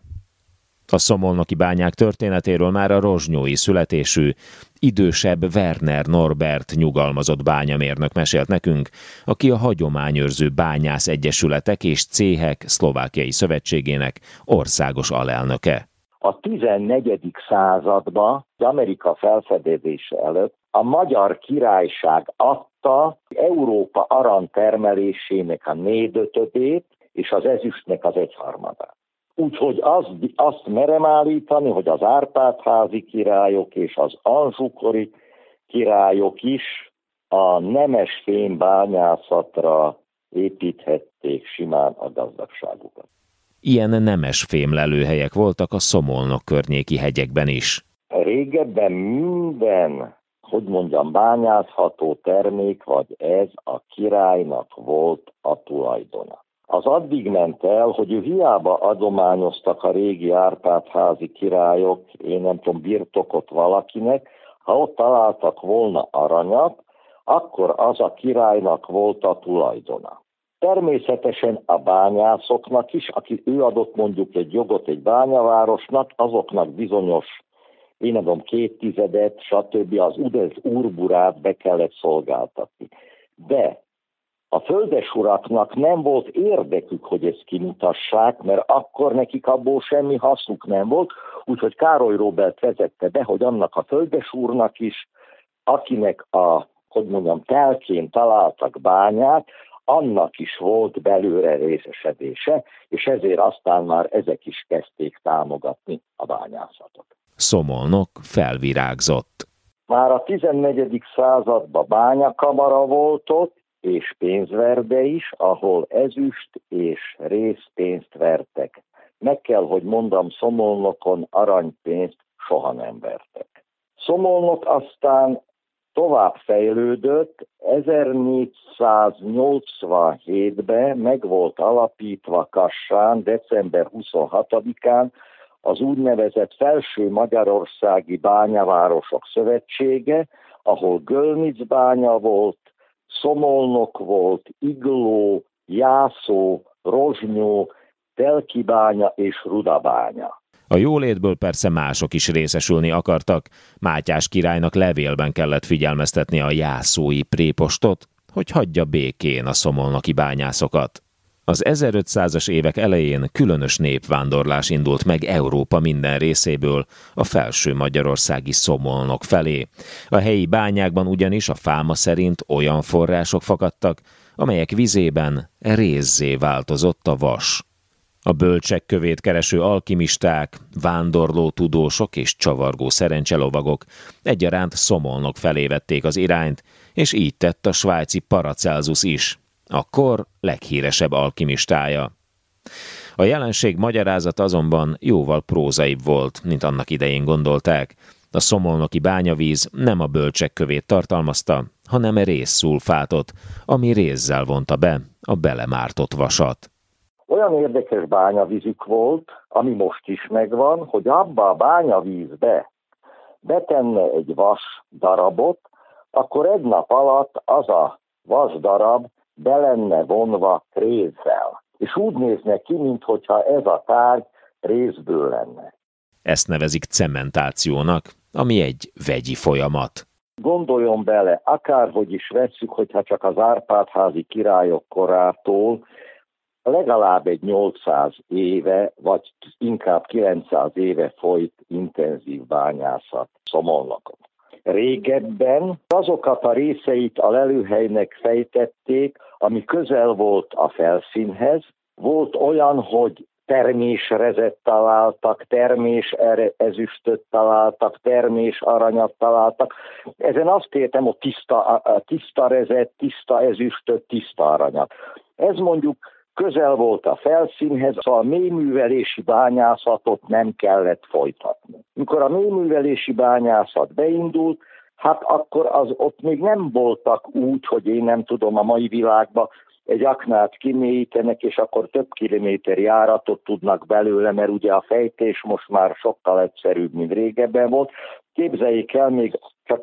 A szomolnoki bányák történetéről már a rozsnyói születésű, idősebb Werner Norbert nyugalmazott bányamérnök mesélt nekünk, aki a Hagyományőrző Bányász Egyesületek és Céhek Szlovákiai Szövetségének országos alelnöke. A 14. században, az Amerika felfedezése előtt a Magyar Királyság adta Európa arany termelésének a 4/5 és az ezüstnek az 1/3. Úgyhogy azt merem állítani, hogy az Árpád-házi királyok és az Anjou-kori királyok is a nemesfém bányászatra építhették simán a gazdagságukat. Ilyen nemesfém lelőhelyek voltak a Szomolnok környéki hegyekben is. Régebben minden, bányászható termék, vagy ez a királynak volt a tulajdona. Az addig ment el, hogy ő hiába adományoztak a régi Árpád-házi királyok, én nem tudom, birtokot valakinek, ha ott találtak volna aranyat, akkor az a királynak volt a tulajdona. Természetesen a bányászoknak is, aki ő adott mondjuk egy jogot egy bányavárosnak, azoknak bizonyos, én nem tudom, 2/10, stb. Az úrburát be kellett szolgáltatni. De a földesuraknak nem volt érdekük, hogy ezt kimutassák, mert akkor nekik abból semmi hasznuk nem volt, úgyhogy Károly Róbert vezette be, hogy annak a földesúrnak is, akinek telkén találtak bányát, annak is volt belőle részesedése, és ezért aztán már ezek is kezdték támogatni a bányászatot. Szomolnok felvirágzott. Már a 14. században bányakamara volt ott, és pénzverde is, ahol ezüst és rézpénzt vertek. Meg kell, hogy mondjam, Szomolnokon aranypénzt soha nem vertek. Szomolnok aztán tovább fejlődött, 1487-ben meg volt alapítva Kassán, december 26-án az úgynevezett Felső Magyarországi Bányavárosok Szövetsége, ahol Gölnic bánya volt, Szomolnok volt, Igló, Jászó, Rozsnyó, Telki bánya és Ruda bánya. A jólétből persze mások is részesülni akartak. Mátyás királynak levélben kellett figyelmeztetni a jászói prépostot, hogy hagyja békén a szomolnoki bányászokat. Az 1500-as évek elején különös népvándorlás indult meg Európa minden részéből a felső magyarországi Szomolnok felé. A helyi bányákban ugyanis a fáma szerint olyan források fakadtak, amelyek vizében rézzé változott a vas. A bölcsek kövét kereső alkimisták, vándorló tudósok és csavargó szerencselovagok egyaránt Szomolnok felé vették az irányt, és így tett a svájci Paracelsus is, akkor leghíresebb alkimistája. A jelenség magyarázata azonban jóval prózaibb volt, mint annak idején gondolták. A szomolnoki bányavíz nem a bölcsek kövét tartalmazta, hanem rézszulfátot, ami rézzel vonta be a belemártott vasat. Olyan érdekes bányavízük volt, ami most is megvan, hogy abba a bányavízbe betenne egy vas darabot, akkor egy nap alatt az a vas darab be lenne vonva rézzel. És úgy nézne ki, mintha ez a tárgy rézből lenne. Ezt nevezik cementációnak, ami egy vegyi folyamat. Gondoljon bele, akárhogy is vesszük, hogyha csak az Árpád-házi királyok korától legalább egy 800 éve, vagy inkább 900 éve folyt intenzív bányászat Szomolnokon. Régebben azokat a részeit a lelőhelynek fejtették, ami közel volt a felszínhez. Volt olyan, hogy termésrezet találtak, termés ezüstöt találtak, termés aranyat találtak. Ezen azt értem, hogy tiszta rezet, tiszta ezüstöt, tiszta aranyat. Ez mondjuk közel volt a felszínhez, szóval a mélyművelési bányászatot nem kellett folytatni. Mikor a mélyművelési bányászat beindult, hát akkor ott még nem voltak úgy, hogy én nem tudom, a mai világban egy aknát kimélyítenek, és akkor több kilométer járatot tudnak belőle, mert ugye a fejtés most már sokkal egyszerűbb, mint régebben volt. Képzeljék el, még csak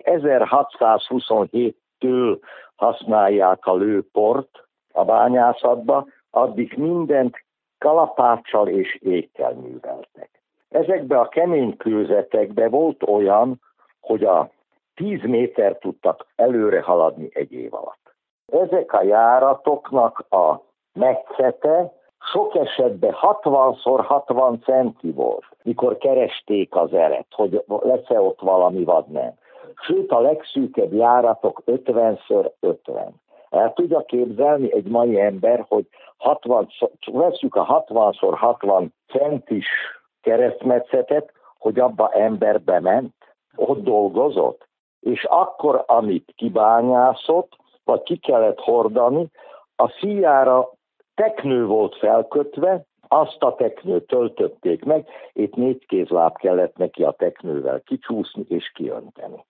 1627-től használják a lőport a bányászatba, addig mindent kalapáccsal és ékkel műveltek. Ezekben a kemény kőzetekben volt olyan, hogy a 10 méter tudtak előre haladni egy év alatt. Ezek a járatoknak a metszete sok esetben 60x60 centi volt, mikor keresték az eret, hogy lesz-e ott valami vagy nem. Sőt, a legszűkebb járatok 50x50. El tudja képzelni egy mai ember, hogy veszük a 60x60 centis keresztmetszetet, hogy abba ember bement, ott dolgozott, és akkor, amit kibányászott, vagy ki kellett hordani, a szíjára teknő volt felkötve, azt a teknőt töltötték meg, itt 4 kézláb kellett neki a teknővel kicsúszni és kiönteni.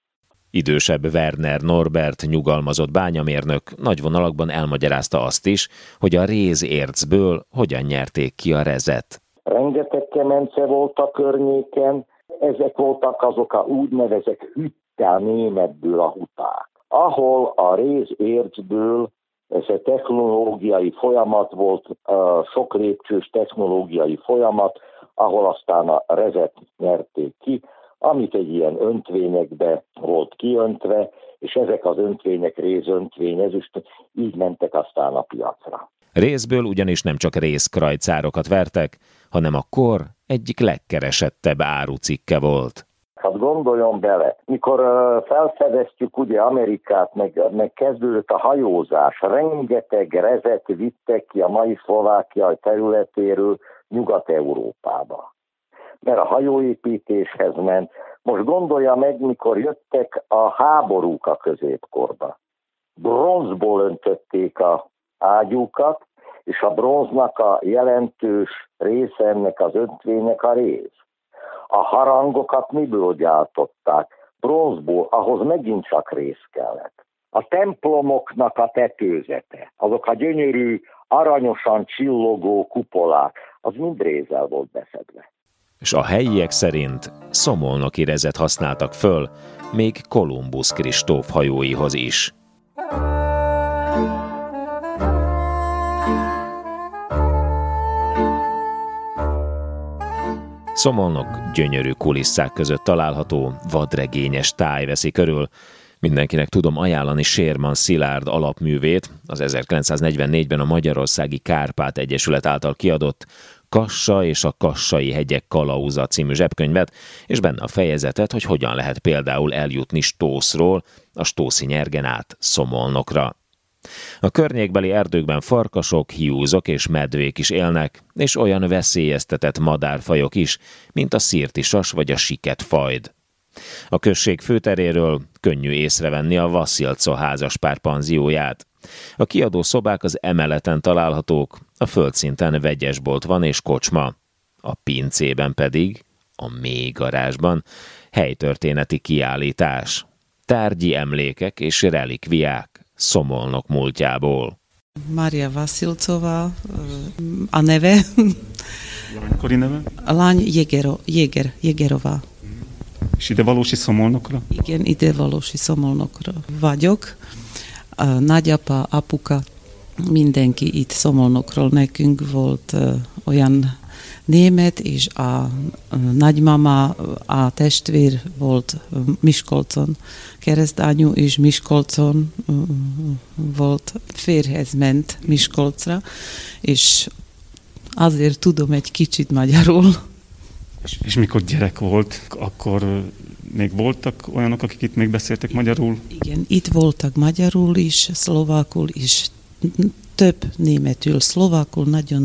Idősebb Werner Norbert nyugalmazott bányamérnök nagy vonalakban elmagyarázta azt is, hogy a rézércből hogyan nyerték ki a rezet. Rengeteg kemence volt a környéken, ezek voltak azok a úgynevezett hüttel németből a huták. Ahol a rézércből ez egy technológiai folyamat volt, sok lépcsős technológiai folyamat, ahol aztán a rezet nyerték ki, amit egy ilyen öntvényekbe volt kiöntve, és ezek az öntvények rézöntvény, ezüst, így mentek aztán a piacra. Rézből ugyanis nem csak rézkrajcárokat vertek, hanem a kor egyik legkeresettebb árucikke volt. Hát gondoljon bele, mikor felfedeztük ugye Amerikát, meg kezdődött a hajózás, rengeteg rezet vittek ki a mai Szlovákia területéről Nyugat-Európába. Mert a hajóépítéshez ment. Most gondolja meg, mikor jöttek a háborúk a középkorba. Bronzból öntötték a ágyúkat, és a bronznak a jelentős része ennek az öntvénynek a réz. A harangokat miből gyártották? Bronzból, ahhoz megint csak réz kellett. A templomoknak a tetőzete, azok a gyönyörű, aranyosan csillogó kupolák, az mind rézzel volt beszedve. És a helyiek szerint szomolnoki rezet használtak föl, még Kolumbusz Kristóf hajóihoz is. Szomolnok gyönyörű kulisszák között található, vadregényes táj veszi körül. Mindenkinek tudom ajánlani Sérman Szilárd alapművét, az 1944-ben a Magyarországi Kárpát Egyesület által kiadott Kassa és a Kassai hegyek kalauza című zsebkönyvet, és benne a fejezetet, hogy hogyan lehet például eljutni Stószról, a Stószi nyergen át Szomolnokra. A környékbeli erdőkben farkasok, hiúzok és medvék is élnek, és olyan veszélyeztetett madárfajok is, mint a szirtisas vagy a siketfajd. A község főteréről könnyű észrevenni a Vasilco házaspár panzióját. A kiadó szobák az emeleten találhatók, a földszinten vegyesbolt van és kocsma. A pincében pedig, a mély garázsban helytörténeti kiállítás, tárgyi emlékek és relikviák Szomolnok múltjából. Mária Vasilcová a neve. Lánykori neve? A lány Jégerová. És ide valósi Szomolnokra? Igen, ide valósi Szomolnokra vagyok. A nagyapa, apuka, mindenki itt Szomolnokról. Nekünk volt olyan német, és a nagymama, a testvér volt Miskolcon, keresztanyú és Miskolcon volt, férjhez ment Miskolcra, és azért tudom egy kicsit magyarul. És mikor gyerek volt, akkor még voltak olyanok, akik itt még beszéltek magyarul? Igen, itt voltak magyarul is, szlovákul is, több németül, szlovákul nagyon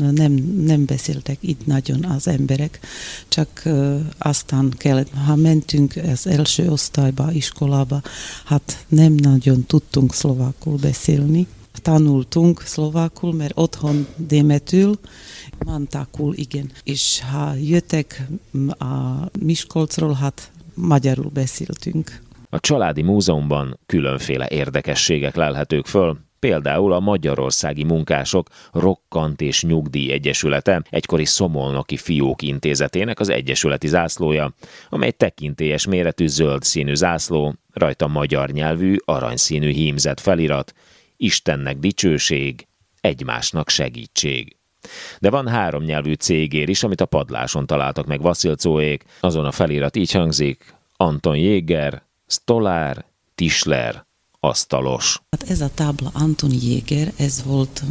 nem beszéltek itt nagyon az emberek, csak aztán kellett, ha mentünk az első osztályba, iskolába, hát nem nagyon tudtunk szlovákul beszélni. Tanultunk szlovákul, mert otthon németül, mantákul, igen. És ha jöttek a Miskolcról, hát magyarul beszéltünk. A Családi Múzeumban különféle érdekességek lelhetők föl, például a Magyarországi Munkások Rokkant és Nyugdíj Egyesülete, egykori Szomolnoki Fiók Intézetének az egyesületi zászlója, amely tekintélyes méretű zöld színű zászló, rajta magyar nyelvű, aranyszínű hímzett felirat, Istennek dicsőség, egymásnak segítség. De van 3 nyelvű cégér is, amit a padláson találtak meg Vasilcóék, azon a felirat így hangzik: Anton Jéger, Stolár, Tischler, asztalos. Hát ez a tábla Anton Jéger, ez volt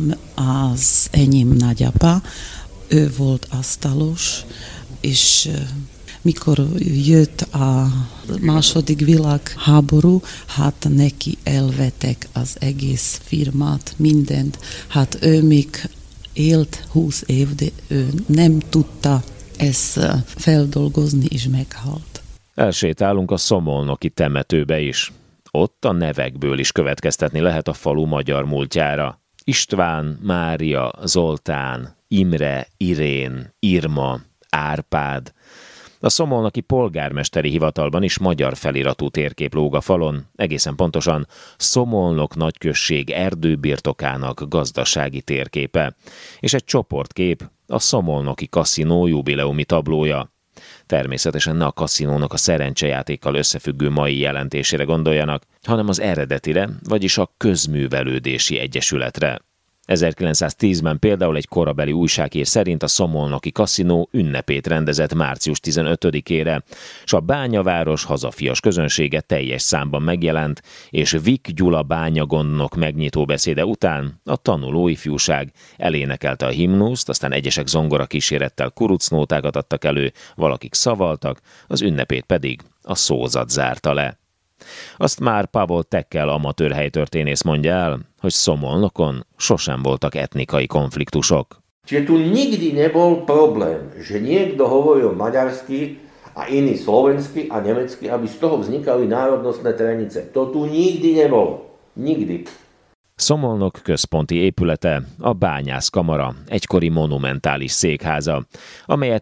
az enyém nagyapa, ő volt asztalos, és mikor jött a második világháború, hát neki elvettek az egész firmát, mindent. Hát ő még élt 20 év, de ő nem tudta ezt feldolgozni, és meghalt. Elsétálunk a szomolnoki temetőbe is. Ott a nevekből is következtetni lehet a falu magyar múltjára. István, Mária, Zoltán, Imre, Irén, Irma, Árpád. A szomolnoki polgármesteri hivatalban is magyar feliratú térkép lóg a falon, egészen pontosan Szomolnok nagyközség erdőbirtokának gazdasági térképe, és egy csoportkép, a szomolnoki kaszinó jubileumi tablója. Természetesen ne a kaszinónak a szerencsejátékkal összefüggő mai jelentésére gondoljanak, hanem az eredetire, vagyis a Közművelődési Egyesületre. 1910-ben például egy korabeli újságír szerint a szomolnoki kaszinó ünnepét rendezett március 15-ére, s a bányaváros hazafias közönsége teljes számban megjelent, és Vik Gyula bányagondnok megnyitó beszéde után a tanuló ifjúság elénekelte a himnuszt, aztán egyesek zongora kísérettel kurucnótákat adtak elő, valakik szavaltak, az ünnepét pedig a szózat zárta le. Azt már Pavol Tekkel amatőr helytörténész mondja el, hogy Szomolnokon sosem voltak etnikai konfliktusok. Čiže tu nikdy nebol problém, že niekto hovoril maďarsky a iný slovensky a nemecky, aby z toho vznikali národnostné trenice. To tu nikdy nebolo. Nikdy. Szomolnok központi épülete a Bányászkamara, egykori monumentális székháza, amelyet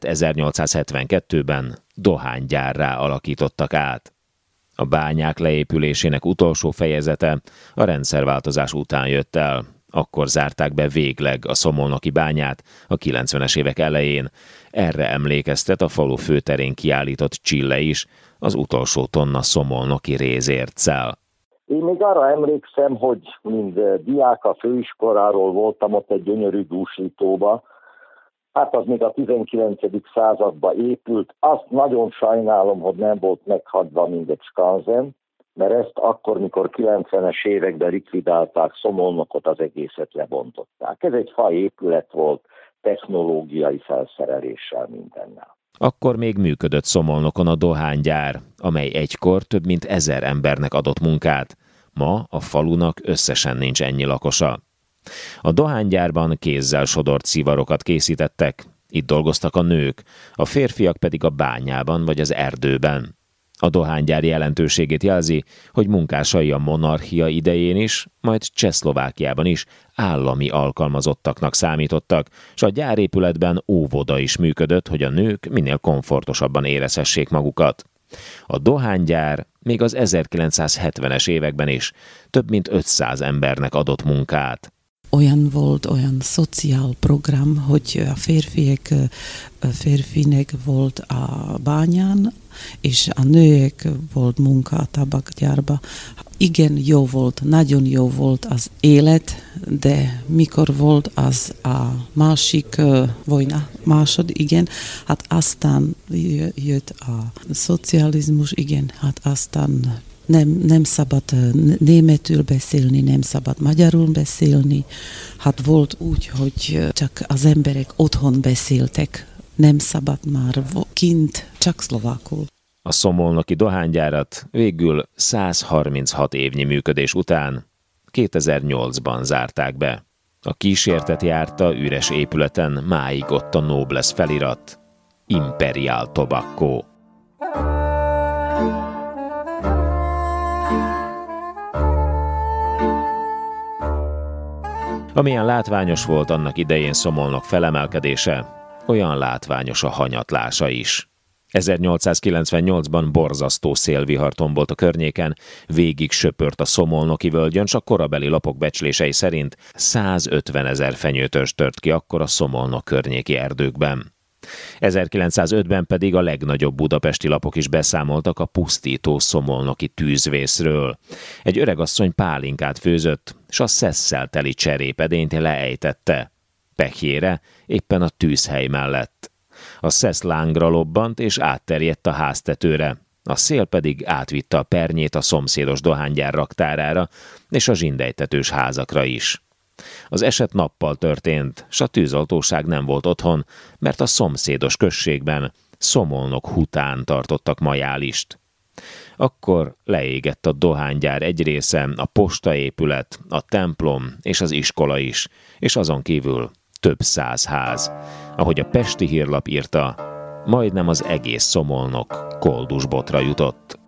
1872-ben dohánygyárrá alakítottak át. A bányák leépülésének utolsó fejezete a rendszerváltozás után jött el. Akkor zárták be végleg a szomolnoki bányát a 90-es évek elején. Erre emlékeztet a falu főterén kiállított csille is, az utolsó tonna szomolnoki rézérccel. Én még arra emlékszem, hogy mind diák a főiskoláról voltam ott egy gyönyörű dúsítóba. Hát az még a 19. században épült. Azt nagyon sajnálom, hogy nem volt meghagyva mindegy skanzen, mert ezt akkor, mikor 90-es években likvidálták Szomolnokot, az egészet lebontották. Ez egy faépület volt, technológiai felszereléssel mindennel. Akkor még működött Szomolnokon a dohánygyár, amely egykor több mint 1000 embernek adott munkát. Ma a falunak összesen nincs ennyi lakosa. A dohánygyárban kézzel sodort szivarokat készítettek, itt dolgoztak a nők, a férfiak pedig a bányában vagy az erdőben. A dohánygyár jelentőségét jelzi, hogy munkásai a monarchia idején is, majd Csehszlovákiában is állami alkalmazottaknak számítottak, s a gyárépületben óvoda is működött, hogy a nők minél komfortosabban érezhessék magukat. A dohánygyár még az 1970-es években is több mint 500 embernek adott munkát. Olyan volt, olyan szociálprogram, hogy a férfinek volt a bányán, és a nőek volt munka a tabakgyárba. Igen, jó volt, nagyon jó volt az élet, de mikor volt az a másik vojna, igen, hát aztán jött a szocializmus, igen, hát aztán nem szabad németül beszélni, nem szabad magyarul beszélni. Hát volt úgy, hogy csak az emberek otthon beszéltek, nem szabad már kint, csak szlovákul. A szomolnoki dohánygyárat végül 136 évnyi működés után 2008-ban zárták be. A kísértet járta üres épületen máig ott a Nobles felirat. Imperial Tobacco. Amilyen látványos volt annak idején Szomolnok felemelkedése, olyan látványos a hanyatlása is. 1898-ban borzasztó szélvihar tombolt a környéken, végig söpört a Szomolnoki völgyön, s a korabeli lapok becslései szerint 150 000 fenyőtörzs tört ki akkor a Szomolnok környéki erdőkben. 1905-ben pedig a legnagyobb budapesti lapok is beszámoltak a pusztító szomolnoki tűzvészről. Egy öregasszony pálinkát főzött, s a szesszel teli cserépedényt leejtette. Pekjére éppen a tűzhely mellett. A szesz lángra lobbant és átterjedt a háztetőre, a szél pedig átvitte a pernyét a szomszédos dohánygyár raktárára és a zsindejtetős házakra is. Az eset nappal történt, s a tűzoltóság nem volt otthon, mert a szomszédos községben, Szomolnok Hután tartottak majálist. Akkor leégett a dohánygyár egy része, a postaépület, a templom és az iskola is, és azon kívül több 100 ház. Ahogy a Pesti Hírlap írta, majdnem az egész Szomolnok koldusbotra jutott.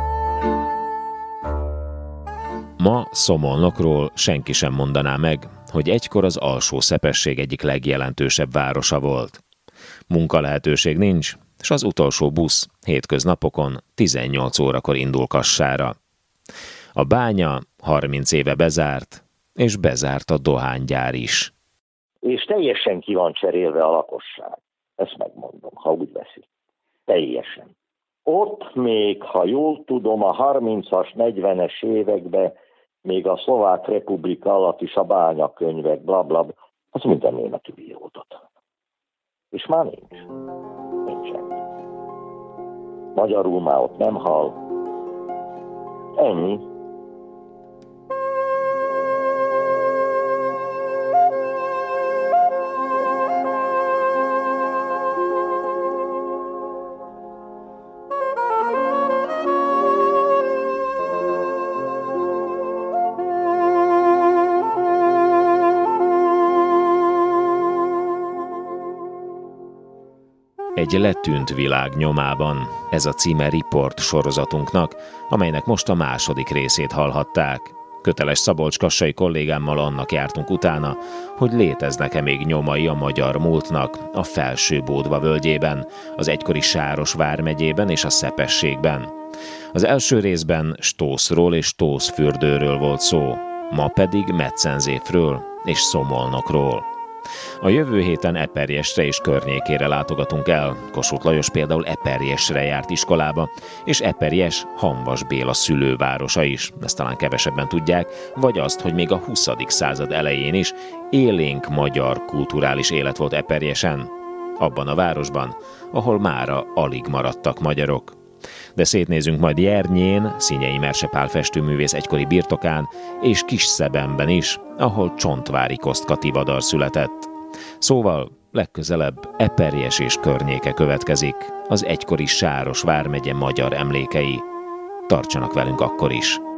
Ma Szomolnokról senki sem mondaná meg, hogy egykor az Alsó-Szepesség egyik legjelentősebb városa volt. Munkalehetőség nincs, és az utolsó busz hétköznapokon 18 órakor indul Kassára. A bánya 30 éve bezárt, és bezárt a dohánygyár is. És teljesen ki van cserélve a lakosság. Ezt megmondom, ha úgy veszik. Teljesen. Ott még, ha jól tudom, a 30-as, 40-es években még a Szlovák Republika alatt is a bányakönyvek, blablabla, az minden németül íródott. És már nincs. Nincsen. Magyarul már ott nem hall. Ennyi. Egy letűnt világ nyomában, ez a címe Riport sorozatunknak, amelynek most a második részét hallhatták. Köteles Szabolcs-kassai kollégámmal annak jártunk utána, hogy léteznek-e még nyomai a magyar múltnak a Felső-Bódva völgyében, az egykori Sáros vármegyében és a Szepességben. Az első részben Stószról és Stószfürdőről volt szó, ma pedig Metzenséfről és Szomolnokról. A jövő héten Eperjesre és környékére látogatunk el. Kossuth Lajos például Eperjesre járt iskolába, és Eperjes Hamvas Béla szülővárosa is, ezt talán kevesebben tudják, vagy azt, hogy még a 20. század elején is élénk magyar kulturális élet volt Eperjesen, abban a városban, ahol mára alig maradtak magyarok. De szétnézünk majd Jernyén, Szinyei Merse Pál festőművész egykori birtokán, és Kisszebenben is, ahol Csontvári Kosztka Tivadar született. Szóval legközelebb Eperjes és környéke következik, az egykori Sáros vármegye magyar emlékei. Tartsanak velünk akkor is!